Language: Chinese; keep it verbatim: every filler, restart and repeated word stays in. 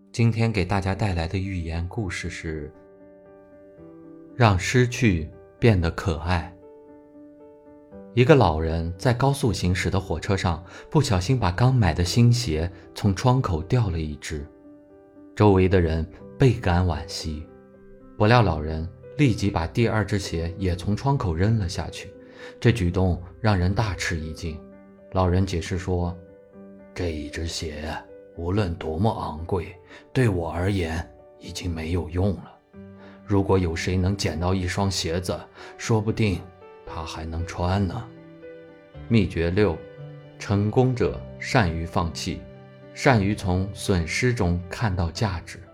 今天给大家带来的寓言故事是让失去变得可爱。一个老人在高速行驶的火车上，不小心把刚买的新鞋从窗口掉了一只，周围的人倍感惋惜。不料老人立即把第二只鞋也从窗口扔了下去，这举动让人大吃一惊。老人解释说，这一只鞋无论多么昂贵，对我而言已经没有用了。如果有谁能捡到一双鞋子，说不定他还能穿呢。秘诀六：成功者善于放弃，善于从损失中看到价值。